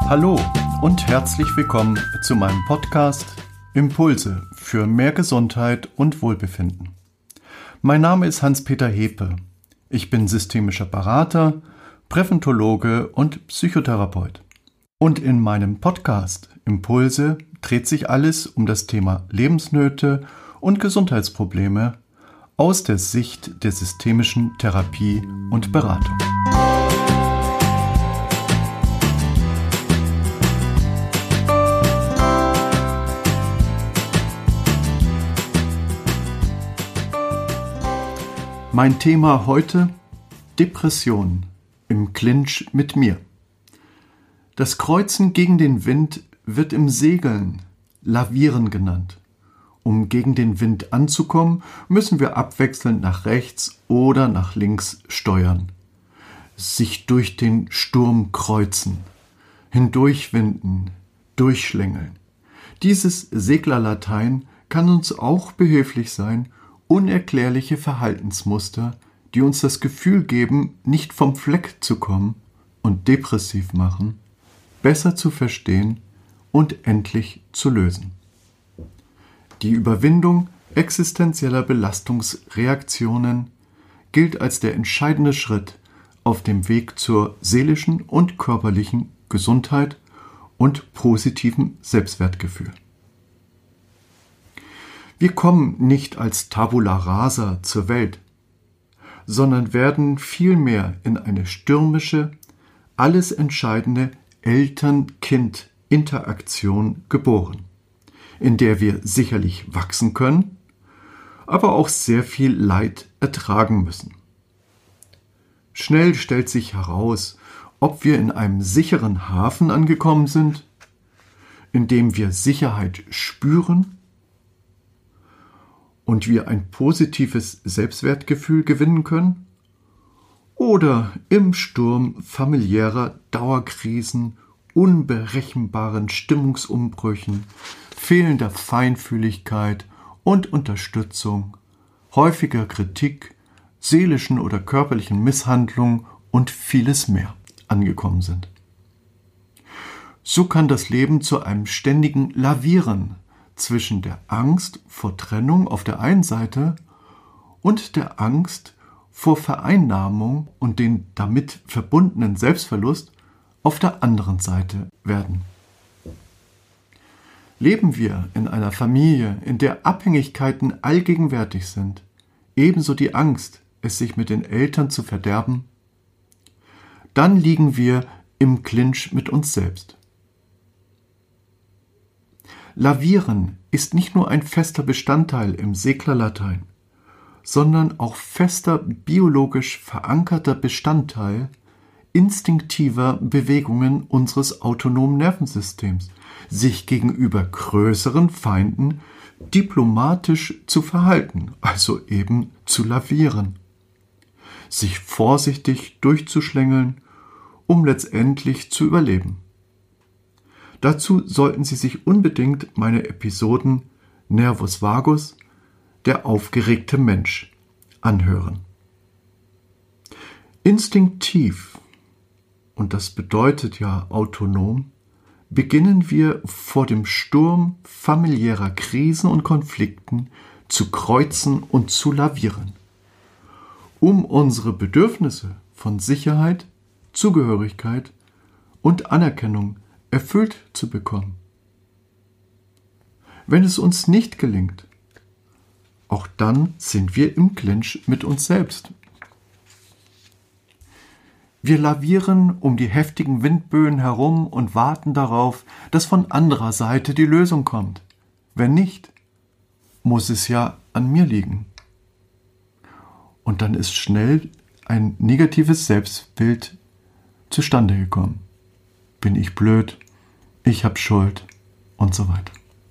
Hallo und herzlich willkommen zu meinem Podcast Impulse für mehr Gesundheit und Wohlbefinden. Mein Name ist Hans-Peter Hepe. Ich bin systemischer Berater, Präventologe und Psychotherapeut. Und in meinem Podcast Impulse dreht sich alles um das Thema Lebensnöte und Gesundheitsprobleme aus der Sicht der systemischen Therapie und Beratung. Mein Thema heute: Depression im Clinch mit mir. Das Kreuzen gegen den Wind wird im Segeln Lavieren genannt. Um gegen den Wind anzukommen, müssen wir abwechselnd nach rechts oder nach links steuern. Sich durch den Sturm kreuzen, hindurchwinden, durchschlängeln. Dieses Seglerlatein kann uns auch behilflich sein, unerklärliche Verhaltensmuster, die uns das Gefühl geben, nicht vom Fleck zu kommen und depressiv machen, besser zu verstehen und endlich zu lösen. Die Überwindung existenzieller Belastungsreaktionen gilt als der entscheidende Schritt auf dem Weg zur seelischen und körperlichen Gesundheit und positivem Selbstwertgefühl. Wir kommen nicht als Tabula rasa zur Welt, sondern werden vielmehr in eine stürmische, alles entscheidende Eltern-Kind-Interaktion geboren, in der wir sicherlich wachsen können, aber auch sehr viel Leid ertragen müssen. Schnell stellt sich heraus, ob wir in einem sicheren Hafen angekommen sind, in dem wir Sicherheit spüren und wir ein positives Selbstwertgefühl gewinnen können, oder im Sturm familiärer Dauerkrisen, unberechenbaren Stimmungsumbrüchen, fehlender Feinfühligkeit und Unterstützung, häufiger Kritik, seelischen oder körperlichen Misshandlungen und vieles mehr angekommen sind. So kann das Leben zu einem ständigen Lavieren zwischen der Angst vor Trennung auf der einen Seite und der Angst vor Vereinnahmung und den damit verbundenen Selbstverlust auf der anderen Seite werden. Leben wir in einer Familie, in der Abhängigkeiten allgegenwärtig sind, ebenso die Angst, es sich mit den Eltern zu verderben, dann liegen wir im Clinch mit uns selbst. Lavieren ist nicht nur ein fester Bestandteil im Seglerlatein, sondern auch fester biologisch verankerter Bestandteil instinktiver Bewegungen unseres autonomen Nervensystems, sich gegenüber größeren Feinden diplomatisch zu verhalten, also eben zu lavieren, sich vorsichtig durchzuschlängeln, um letztendlich zu überleben. Dazu sollten Sie sich unbedingt meine Episoden Nervus vagus, der aufgeregte Mensch, anhören. Instinktiv, und das bedeutet ja autonom, beginnen wir vor dem Sturm familiärer Krisen und Konflikten zu kreuzen und zu lavieren, um unsere Bedürfnisse von Sicherheit, Zugehörigkeit und Anerkennung erfüllt zu bekommen. Wenn es uns nicht gelingt, auch dann sind wir im Clinch mit uns selbst. Wir lavieren um die heftigen Windböen herum und warten darauf, dass von anderer Seite die Lösung kommt. Wenn nicht, muss es ja an mir liegen. Und dann ist schnell ein negatives Selbstbild zustande gekommen. Bin ich blöd, ich habe Schuld und so weiter.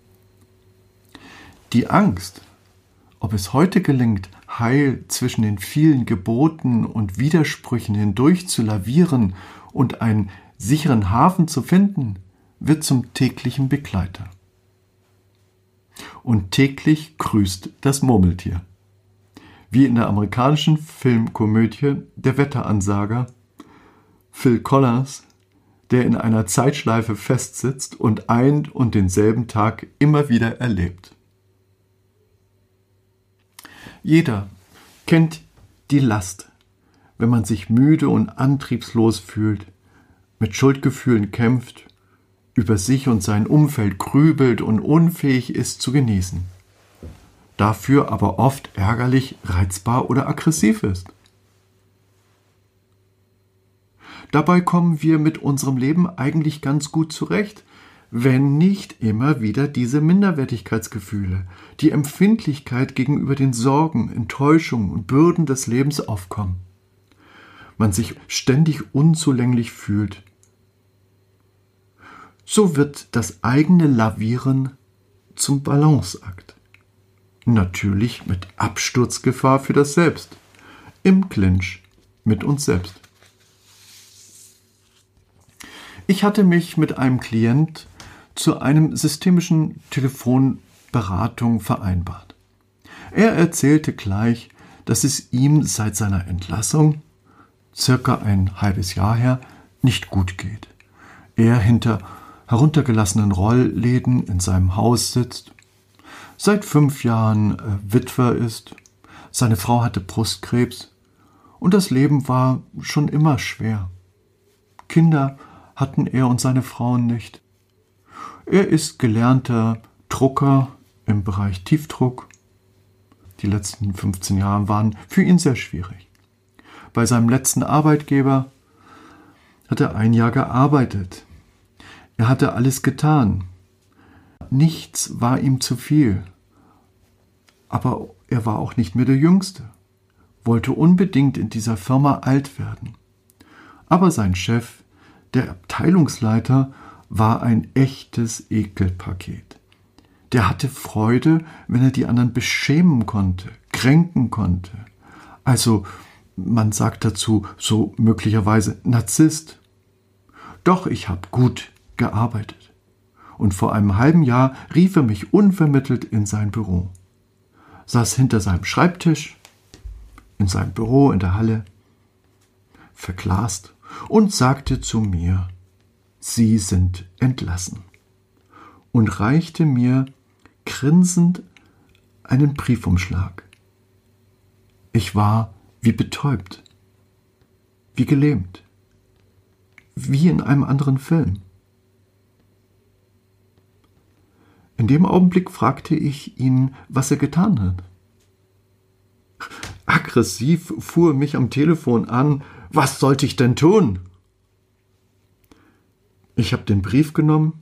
Die Angst, ob es heute gelingt, heil zwischen den vielen Geboten und Widersprüchen hindurch zu lavieren und einen sicheren Hafen zu finden, wird zum täglichen Begleiter. Und täglich grüßt das Murmeltier. Wie in der amerikanischen Filmkomödie Der Wetteransager, Phil Collins der in einer Zeitschleife festsitzt und ein und denselben Tag immer wieder erlebt. Jeder kennt die Last, wenn man sich müde und antriebslos fühlt, mit Schuldgefühlen kämpft, über sich und sein Umfeld grübelt und unfähig ist zu genießen. Dafür aber oft ärgerlich, reizbar oder aggressiv ist. Dabei kommen wir mit unserem Leben eigentlich ganz gut zurecht, wenn nicht immer wieder diese Minderwertigkeitsgefühle, die Empfindlichkeit gegenüber den Sorgen, Enttäuschungen und Bürden des Lebens aufkommen. Man sich ständig unzulänglich fühlt. So wird das eigene Lavieren zum Balanceakt. Natürlich mit Absturzgefahr für das Selbst, im Clinch mit uns selbst. Ich hatte mich mit einem Klient zu einem systemischen Telefonberatung vereinbart. Er erzählte gleich, dass es ihm seit seiner Entlassung, circa ein halbes Jahr her, nicht gut geht. Er hinter heruntergelassenen Rollläden in seinem Haus sitzt, seit 5 Jahren Witwer ist, seine Frau hatte Brustkrebs und das Leben war schon immer schwer. Kinder hatten er und seine Frauen nicht. Er ist gelernter Drucker im Bereich Tiefdruck. Die letzten 15 Jahre waren für ihn sehr schwierig. Bei seinem letzten Arbeitgeber hat er 1 Jahr gearbeitet. Er hatte alles getan. Nichts war ihm zu viel. Aber er war auch nicht mehr der Jüngste, wollte unbedingt in dieser Firma alt werden. Aber sein Chef, der Abteilungsleiter, war ein echtes Ekelpaket. Der hatte Freude, wenn er die anderen beschämen konnte, kränken konnte. Also, man sagt dazu so möglicherweise Narzisst. Doch ich habe gut gearbeitet. Und vor einem halben Jahr rief er mich unvermittelt in sein Büro. Saß hinter seinem Schreibtisch, in seinem Büro in der Halle, verglast, und sagte zu mir: Sie sind entlassen, und reichte mir grinsend einen Briefumschlag. Ich war wie betäubt, wie gelähmt, wie in einem anderen Film. In dem Augenblick fragte ich ihn, was er getan hat. Aggressiv fuhr er mich am Telefon an: Was sollte ich denn tun? Ich habe den Brief genommen,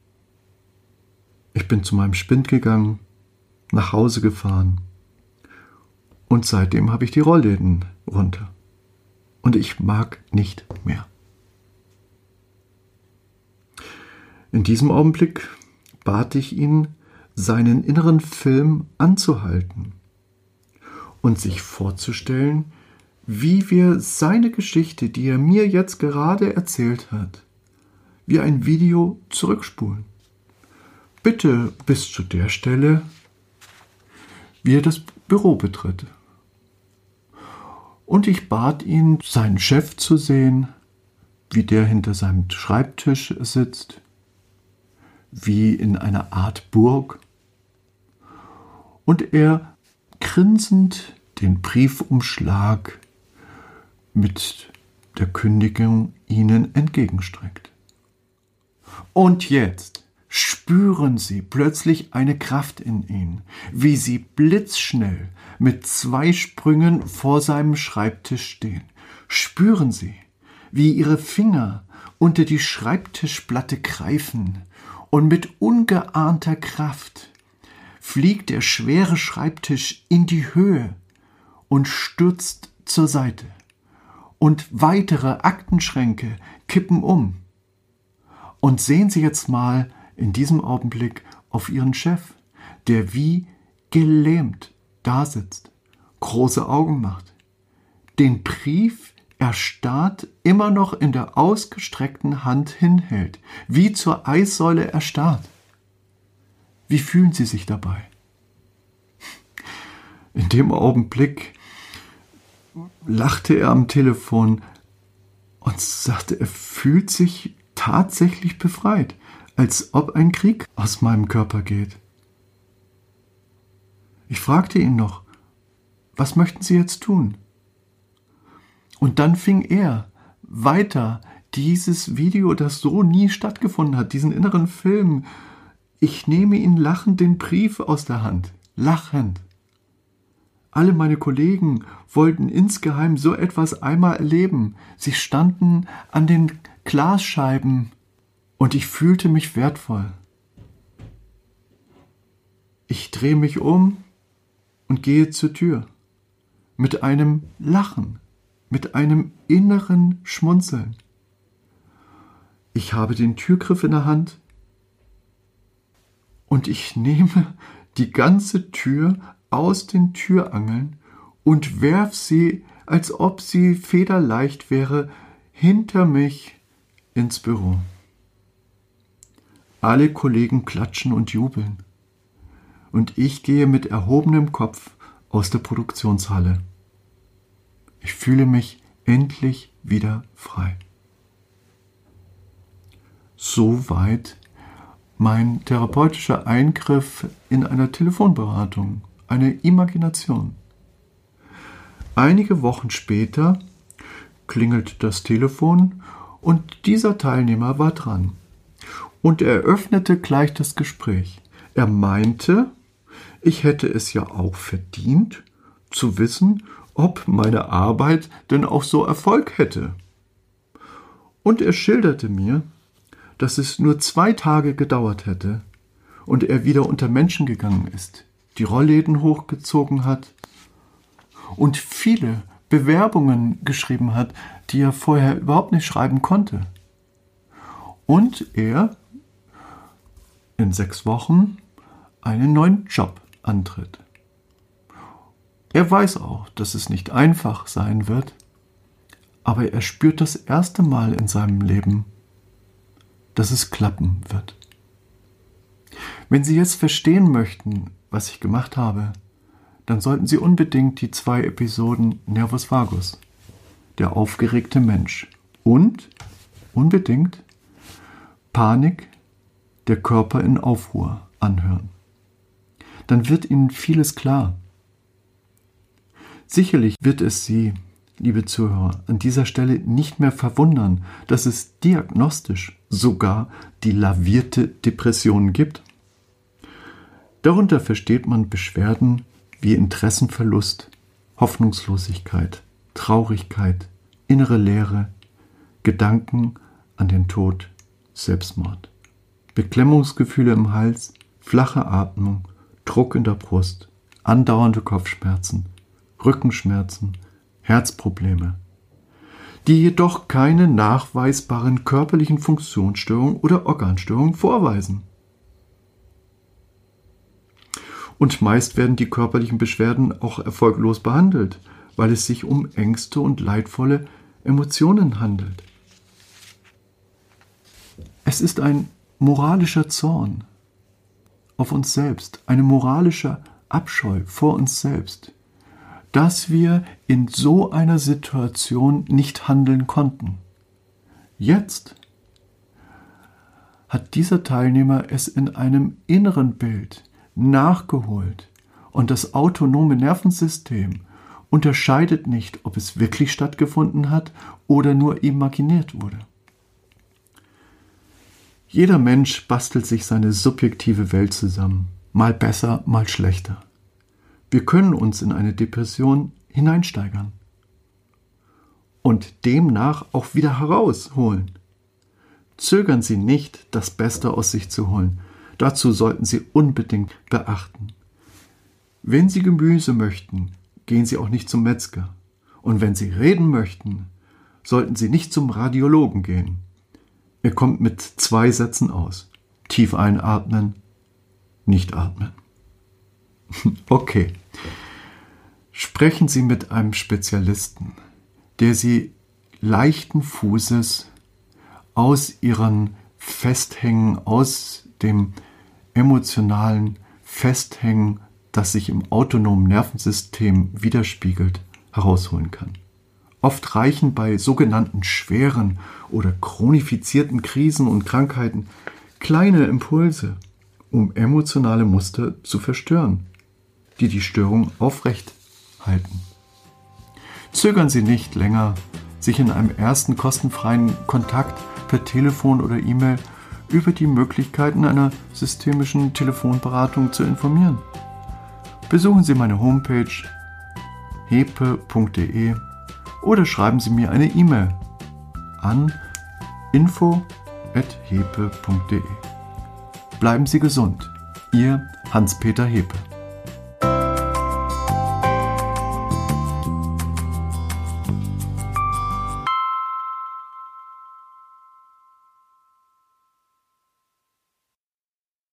ich bin zu meinem Spind gegangen, nach Hause gefahren und seitdem habe ich die Rollläden runter. Und ich mag nicht mehr. In diesem Augenblick bat ich ihn, seinen inneren Film anzuhalten und sich vorzustellen, wie wir seine Geschichte, die er mir jetzt gerade erzählt hat, wie ein Video zurückspulen. Bitte bis zu der Stelle, wie er das Büro betritt. Und ich bat ihn, seinen Chef zu sehen, wie der hinter seinem Schreibtisch sitzt, wie in einer Art Burg. Und er grinsend den Briefumschlag mit der Kündigung ihnen entgegenstreckt. Und jetzt spüren Sie plötzlich eine Kraft in ihn, wie sie blitzschnell mit 2 Sprüngen vor seinem Schreibtisch stehen. Spüren Sie, wie Ihre Finger unter die Schreibtischplatte greifen und mit ungeahnter Kraft fliegt der schwere Schreibtisch in die Höhe und stürzt zur Seite. Und weitere Aktenschränke kippen um. Und sehen Sie jetzt mal in diesem Augenblick auf Ihren Chef, der wie gelähmt dasitzt, große Augen macht, den Brief erstarrt immer noch in der ausgestreckten Hand hinhält, wie zur Eissäule erstarrt. Wie fühlen Sie sich dabei? In dem Augenblick lachte er am Telefon und sagte, er fühlt sich tatsächlich befreit, als ob ein Krieg aus meinem Körper geht. Ich fragte ihn noch, was möchten Sie jetzt tun? Und dann fing er weiter dieses Video, das so nie stattgefunden hat, diesen inneren Film. Ich nehme ihn lachend den Brief aus der Hand, lachend. Alle meine Kollegen wollten insgeheim so etwas einmal erleben. Sie standen an den Glasscheiben und ich fühlte mich wertvoll. Ich drehe mich um und gehe zur Tür. Mit einem Lachen, mit einem inneren Schmunzeln. Ich habe den Türgriff in der Hand und ich nehme die ganze Tür aus den Türangeln und werf sie, als ob sie federleicht wäre, hinter mich ins Büro. Alle Kollegen klatschen und jubeln und ich gehe mit erhobenem Kopf aus der Produktionshalle. Ich fühle mich endlich wieder frei. Soweit mein therapeutischer Eingriff in einer Telefonberatung, eine Imagination. Einige Wochen später klingelt das Telefon und dieser Teilnehmer war dran. Und er öffnete gleich das Gespräch. Er meinte, ich hätte es ja auch verdient, zu wissen, ob meine Arbeit denn auch so Erfolg hätte. Und er schilderte mir, dass es nur 2 Tage gedauert hätte und er wieder unter Menschen gegangen ist, die Rollläden hochgezogen hat und viele Bewerbungen geschrieben hat, die er vorher überhaupt nicht schreiben konnte. Und er in 6 Wochen einen neuen Job antritt. Er weiß auch, dass es nicht einfach sein wird, aber er spürt das erste Mal in seinem Leben, dass es klappen wird. Wenn Sie jetzt verstehen möchten, was ich gemacht habe, dann sollten Sie unbedingt die 2 Episoden Nervus Vagus, der aufgeregte Mensch, und unbedingt Panik, der Körper in Aufruhr anhören. Dann wird Ihnen vieles klar. Sicherlich wird es Sie, liebe Zuhörer, an dieser Stelle nicht mehr verwundern, dass es diagnostisch sogar die lavierte Depression gibt. Darunter versteht man Beschwerden wie Interessenverlust, Hoffnungslosigkeit, Traurigkeit, innere Leere, Gedanken an den Tod, Selbstmord, Beklemmungsgefühle im Hals, flache Atmung, Druck in der Brust, andauernde Kopfschmerzen, Rückenschmerzen, Herzprobleme, die jedoch keine nachweisbaren körperlichen Funktionsstörungen oder Organstörungen vorweisen. Und meist werden die körperlichen Beschwerden auch erfolglos behandelt, weil es sich um Ängste und leidvolle Emotionen handelt. Es ist ein moralischer Zorn auf uns selbst, ein moralischer Abscheu vor uns selbst, dass wir in so einer Situation nicht handeln konnten. Jetzt hat dieser Teilnehmer es in einem inneren Bild nachgeholt und das autonome Nervensystem unterscheidet nicht, ob es wirklich stattgefunden hat oder nur imaginiert wurde. Jeder Mensch bastelt sich seine subjektive Welt zusammen, mal besser, mal schlechter. Wir können uns in eine Depression hineinsteigern und demnach auch wieder herausholen. Zögern Sie nicht, das Beste aus sich zu holen. Dazu sollten Sie unbedingt beachten. Wenn Sie Gemüse möchten, gehen Sie auch nicht zum Metzger. Und wenn Sie reden möchten, sollten Sie nicht zum Radiologen gehen. Er kommt mit 2 Sätzen aus. Tief einatmen, nicht atmen. Okay. Sprechen Sie mit einem Spezialisten, der Sie leichten Fußes aus Ihren Festhängen, aus dem emotionalen Festhängen, das sich im autonomen Nervensystem widerspiegelt, herausholen kann. Oft reichen bei sogenannten schweren oder chronifizierten Krisen und Krankheiten kleine Impulse, um emotionale Muster zu verstören, die die Störung aufrecht halten. Zögern Sie nicht länger, sich in einem ersten kostenfreien Kontakt per Telefon oder E-Mail über die Möglichkeiten einer systemischen Telefonberatung zu informieren. Besuchen Sie meine Homepage hepe.de oder schreiben Sie mir eine E-Mail an info@hepe.de. Bleiben Sie gesund. Ihr Hans-Peter Hepe.